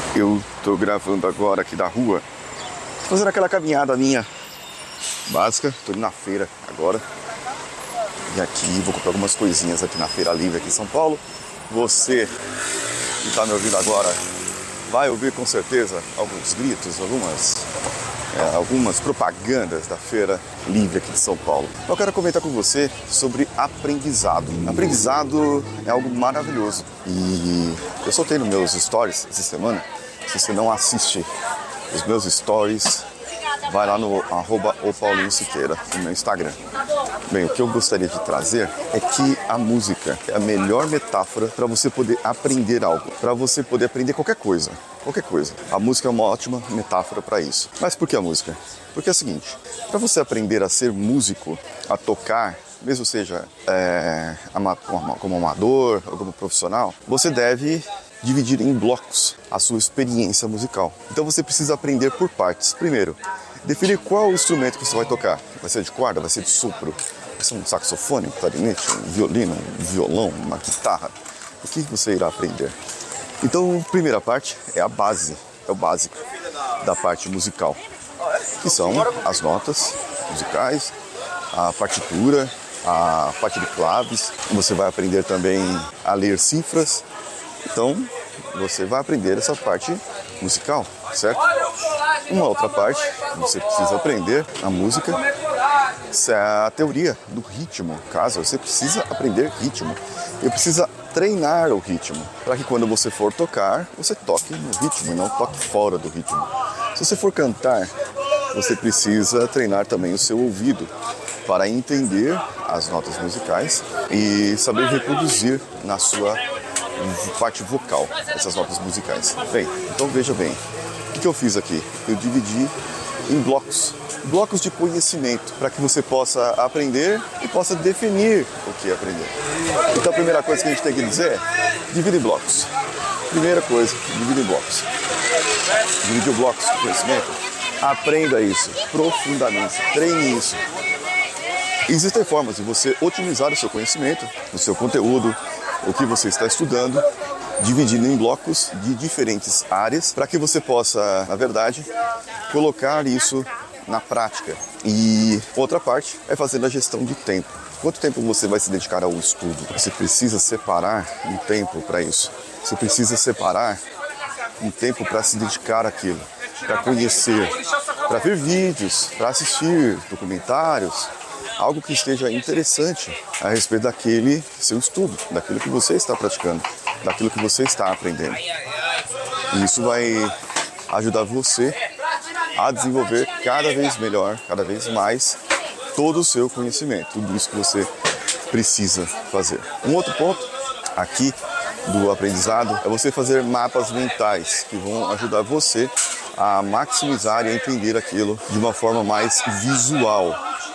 Eu tô gravando agora aqui da rua, fazendo aquela caminhada minha básica. Tô indo na feira agora. E aqui vou comprar algumas coisinhas aqui na Feira Livre aqui em São Paulo. Você que tá me ouvindo agora vai ouvir com certeza alguns gritos, algumas propagandas da Feira Livre aqui de São Paulo. Eu quero comentar com você sobre aprendizado. Aprendizado é algo maravilhoso. E eu soltei nos meus stories essa semana. Se você não assiste os meus stories, vai lá no @opaulinho_siqueira, no meu Instagram. Bem, o que eu gostaria de trazer é que a música é a melhor metáfora para você poder aprender algo, para você poder aprender qualquer coisa. Qualquer coisa. A música é uma ótima metáfora para isso. Mas por que a música? Porque é o seguinte, para você aprender a ser músico, a tocar, mesmo seja como amador ou como profissional, você deve dividir em blocos a sua experiência musical. Então você precisa aprender por partes. Primeiro, definir qual o instrumento que você vai tocar. Vai ser de corda, vai ser de sopro, vai ser um saxofone, um clarinete, um violino, um violão, uma guitarra. O que você irá aprender? Então, a primeira parte é a base, é o básico da parte musical, que são as notas musicais, a partitura, a parte de claves. Você vai aprender também a ler cifras. Então, você vai aprender essa parte musical, certo? Uma outra parte que você precisa aprender na música é a teoria do ritmo. Caso você precisa aprender ritmo, e precisa treinar o ritmo, para que quando você for tocar, você toque no ritmo e não toque fora do ritmo. Se você for cantar, você precisa treinar também o seu ouvido para entender as notas musicais e saber reproduzir na sua parte vocal essas notas musicais. Bem, então veja bem, o que eu fiz aqui? Eu dividi em blocos de conhecimento, para que você possa aprender e possa definir o que aprender. Então a primeira coisa que a gente tem que dizer é, divide em blocos. Primeira coisa, divide em blocos. Dividir blocos de conhecimento, aprenda isso profundamente, treine isso. Existem formas de você otimizar o seu conhecimento, o seu conteúdo, o que você está estudando, dividindo em blocos de diferentes áreas, para que você possa, na verdade, colocar isso na prática. E outra parte é fazendo a gestão de tempo. Quanto tempo você vai se dedicar ao estudo? Você precisa separar um tempo para isso. Você precisa separar um tempo para se dedicar àquilo, para conhecer, para ver vídeos, para assistir documentários, algo que esteja interessante a respeito daquele seu estudo, daquilo que você está praticando, daquilo que você está aprendendo. E isso vai ajudar você a desenvolver cada vez melhor, cada vez mais, todo o seu conhecimento, tudo isso que você precisa fazer. Um outro ponto aqui do aprendizado é você fazer mapas mentais que vão ajudar você a maximizar e a entender aquilo de uma forma mais visual.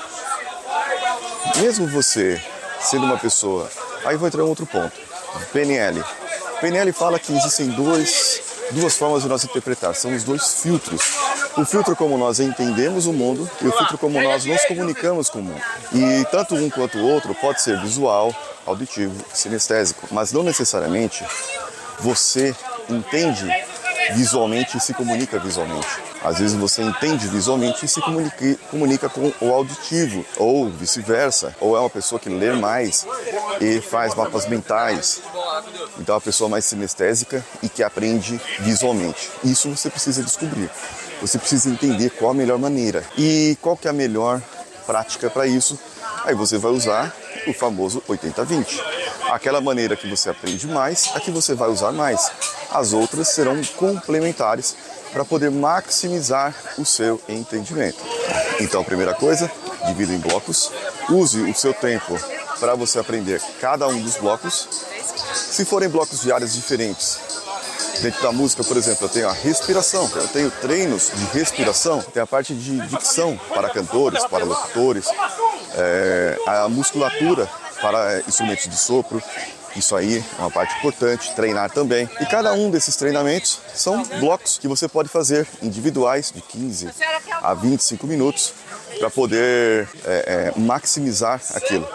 Mesmo você sendo uma pessoa... Aí vou entrar em outro ponto. PNL. PNL fala que existem duas formas de nós interpretar. São os dois filtros. O filtro como nós entendemos o mundo e o filtro como nós nos comunicamos com o mundo. E tanto um quanto o outro pode ser visual, auditivo, sinestésico. Mas não necessariamente você entende visualmente e se comunica visualmente. Às vezes você entende visualmente e se comunica com o auditivo, ou vice-versa. Ou é uma pessoa que lê mais e faz mapas mentais. Então é uma pessoa mais sinestésica e que aprende visualmente. Isso você precisa descobrir. Você precisa entender qual a melhor maneira. E qual que é a melhor prática para isso? Aí você vai usar o famoso 80-20. Aquela maneira que você aprende mais, a que você vai usar mais. As outras serão complementares para poder maximizar o seu entendimento. Então, a primeira coisa, divida em blocos. Use o seu tempo para você aprender cada um dos blocos. Se forem blocos de áreas diferentes, dentro da música, por exemplo, eu tenho a respiração, eu tenho treinos de respiração, tem a parte de dicção para cantores, para locutores, a musculatura para instrumentos de sopro. Isso aí é uma parte importante, treinar também. E cada um desses treinamentos são blocos que você pode fazer individuais de 15 a 25 minutos para poder maximizar aquilo.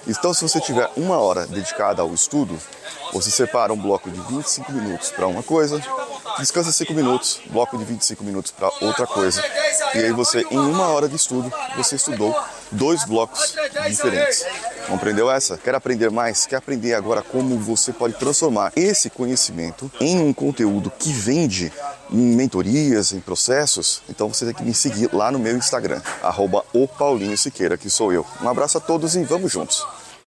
Então, se você tiver 1 hora dedicada ao estudo, você separa um bloco de 25 minutos para uma coisa, descansa 5 minutos, bloco de 25 minutos para outra coisa. E aí você, em 1 hora de estudo, você estudou 2 blocos diferentes. Compreendeu essa? Quer aprender mais? Quer aprender agora como você pode transformar esse conhecimento em um conteúdo que vende em mentorias, em processos? Então você tem que me seguir lá no meu Instagram, @o Paulinho Siqueira, que sou eu. Um abraço a todos e vamos juntos!